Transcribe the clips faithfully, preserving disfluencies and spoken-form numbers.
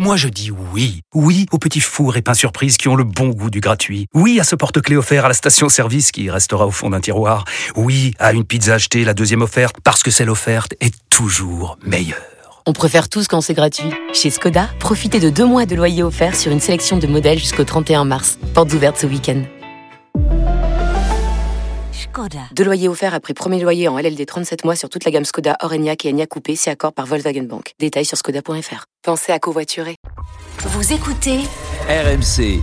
Moi je dis oui. Oui aux petits fours et pains surprises qui ont le bon goût du gratuit. Oui à ce porte-clés offert à la station-service qui restera au fond d'un tiroir. Oui à une pizza achetée, la deuxième offerte, parce que celle offerte est toujours meilleure. On préfère tous quand c'est gratuit. Chez Skoda, profitez de deux mois de loyer offert sur une sélection de modèles jusqu'au trente et un mars. Portes ouvertes ce week-end. Skoda. Deux loyers offerts après premier loyer en L L D trente-sept mois sur toute la gamme Skoda, Orenia et Enyaq Coupé, si accord par Volkswagen Bank. Détails sur skoda point f r. Pensez à covoiturer. Vous écoutez R M C.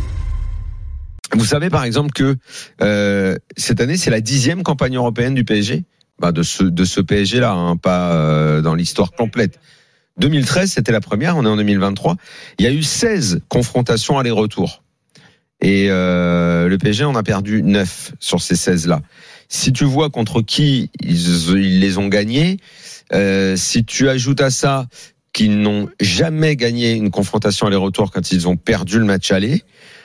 Vous savez par exemple que euh, cette année c'est la dixième campagne européenne du P S G, bah, de ce de ce P S G là, hein, pas euh, dans l'histoire complète. deux mille treize c'était la première, on est en deux mille vingt-trois. Il y a eu seize confrontations aller-retour et euh, le P S G en a perdu neuf sur ces seize là. Si tu vois contre qui ils, ils les ont gagnés, euh, si tu ajoutes à ça qu'ils n'ont jamais gagné une confrontation aller-retour quand ils ont perdu le match aller,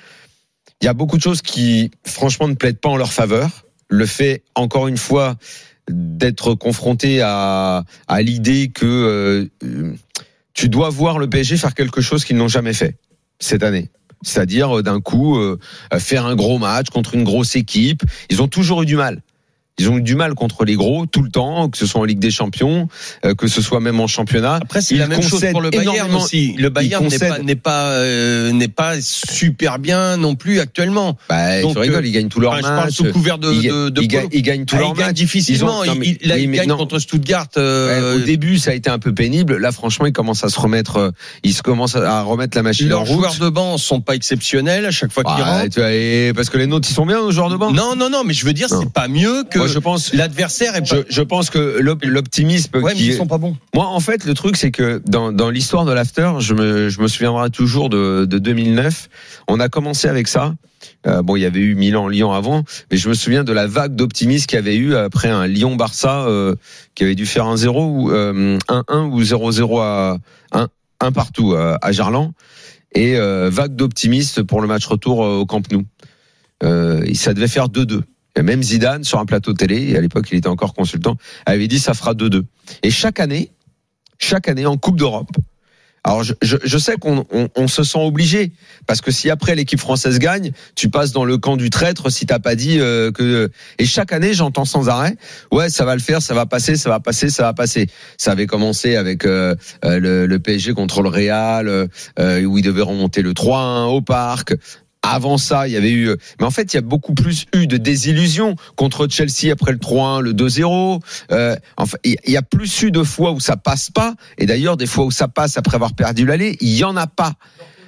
il y a beaucoup de choses qui, franchement, ne plaident pas en leur faveur. Le fait, encore une fois, d'être confronté à, à l'idée que euh, tu dois voir le P S G faire quelque chose qu'ils n'ont jamais fait cette année. C'est-à-dire, d'un coup, euh, faire un gros match contre une grosse équipe. Ils ont toujours eu du mal. Ils ont eu du mal contre les gros tout le temps, que ce soit en Ligue des Champions, euh, que ce soit même en championnat. Après, c'est la même chose pour le Bayern aussi. Le Bayern n'est pas n'est pas euh, n'est pas super bien non plus actuellement. Bah, donc tu rigoles, ils gagnent tous leurs matchs. Je parle sous couvert de ils, de, de ils, gagnent, ils gagnent tous ah, leurs ils gagnent matchs difficilement. Ils ont, non, mais, il, là, oui, ils gagnent non. contre Stuttgart. Euh, ouais, au début, ça a été un peu pénible. Là, franchement, ils commencent à se remettre. Ils se commencent à remettre la machine en route. Leurs joueurs de banc sont pas exceptionnels à chaque fois qu'ils bah, rentrent. Tu vois, et parce que les nôtres, ils sont bien, nos joueurs de banc. Non, non, non. Mais je veux dire, non. c'est pas mieux que. Moi, je pense l'adversaire. Est pas... je, je pense que l'optimisme. Ouais, qui mais ils est... sont pas bons. Moi, en fait, le truc, c'est que dans, dans l'histoire de l'after, je me, je me souviendrai toujours de, de deux mille neuf. On a commencé avec ça. Euh, bon, il y avait eu Milan-Lyon avant, mais je me souviens de la vague d'optimisme qu'il y avait eu après un Lyon-Barça euh, qui avait dû faire un zéro ou euh, un un ou zéro zéro à un, un partout à, à Gerland, et euh, vague d'optimisme pour le match retour au Camp Nou. Euh, ça devait faire deux deux. Et même Zidane, sur un plateau télé, et à l'époque il était encore consultant, avait dit ça fera deux deux. Et chaque année, chaque année en Coupe d'Europe, alors je, je, je sais qu'on on, on se sent obligé, parce que si après l'équipe française gagne, tu passes dans le camp du traître si t'as pas dit euh, que... Et chaque année, j'entends sans arrêt, ouais, ça va le faire, ça va passer, ça va passer, ça va passer. Ça avait commencé avec euh, le, le P S G contre le Real, euh, où il devait remonter le trois un au Parc. Avant ça, il y avait eu... Mais en fait, il y a beaucoup plus eu de désillusions contre Chelsea après le trois un, le deux zéro. Euh, enfin, il y a plus eu de fois où ça passe pas. Et d'ailleurs, des fois où ça passe après avoir perdu l'aller, il y en a pas.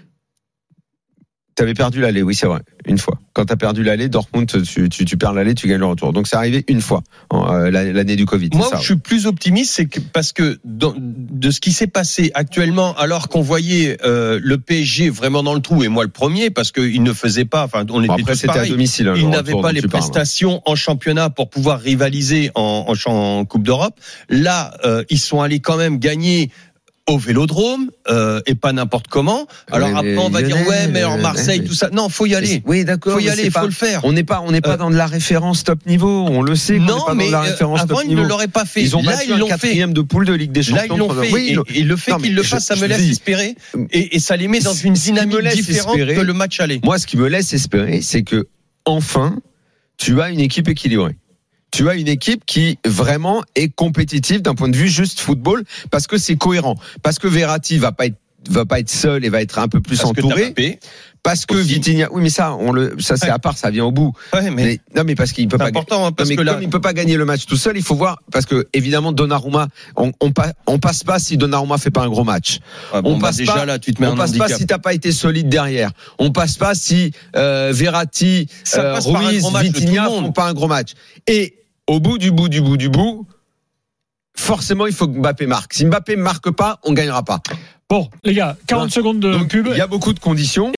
Tu avais perdu l'aller, oui, c'est vrai, une fois. Quand tu as perdu l'aller, Dortmund, tu, tu, tu perds l'aller, tu gagnes le retour. Donc c'est arrivé une fois, euh, l'année du Covid. Moi, ça, je suis plus optimiste, c'est que parce que dans, de ce qui s'est passé actuellement, alors qu'on voyait euh, le P S G vraiment dans le trou, et moi le premier, parce qu'il ne faisait pas, enfin, on était bon, après, tous c'était pareils. À domicile. Hein, il n'avait pas les prestations parles. En championnat pour pouvoir rivaliser en, en, en Coupe d'Europe. Là, euh, ils sont allés quand même gagner au Vélodrome, euh, et pas n'importe comment. Alors oui, après on va Lionel, dire ouais mais en Marseille, mais... tout ça. Non, faut y aller. Oui, d'accord. Faut y aller, pas, faut le faire. On n'est pas, on n'est pas euh, dans de la référence top niveau. On le sait. Non, on n'est pas mais dans de la référence avant top ils niveau. ne l'auraient pas fait. Ils ont là battu ils un l'ont quatrième fait. de poule de Ligue des Champions. Là ils l'ont fait. Oui, et, et le fait qu'ils le fassent, ça me laisse dis, espérer. Et, et ça les met dans une dynamique différente espérer, que le match aller. Moi, ce qui me laisse espérer, c'est que enfin, tu as une équipe équilibrée. Tu as une équipe qui vraiment est compétitive d'un point de vue juste football, parce que c'est cohérent, parce que Verratti va pas être va pas être seul et va être un peu plus parce entouré, que parce que aussi. Vitinha, oui mais ça on le ça c'est ouais. à part, ça vient au bout. Ouais, mais, mais non mais parce qu'il peut pas important, hein, parce non, mais que comme là... il peut pas gagner le match tout seul, il faut voir, parce que évidemment Donnarumma, on on, pas, on passe pas si Donnarumma fait pas un gros match. Ah bon, on bah passe déjà pas, là tu te mets on un passe handicap. pas si t'as pas été solide derrière. On passe pas si euh, Verratti, euh, Ruiz, Vitinha font pas un gros match. Et au bout du bout du bout du bout, forcément, il faut que Mbappé marque. Si Mbappé ne marque pas, on ne gagnera pas. Bon, les gars, quarante Donc, secondes de pub. Il y a beaucoup de conditions.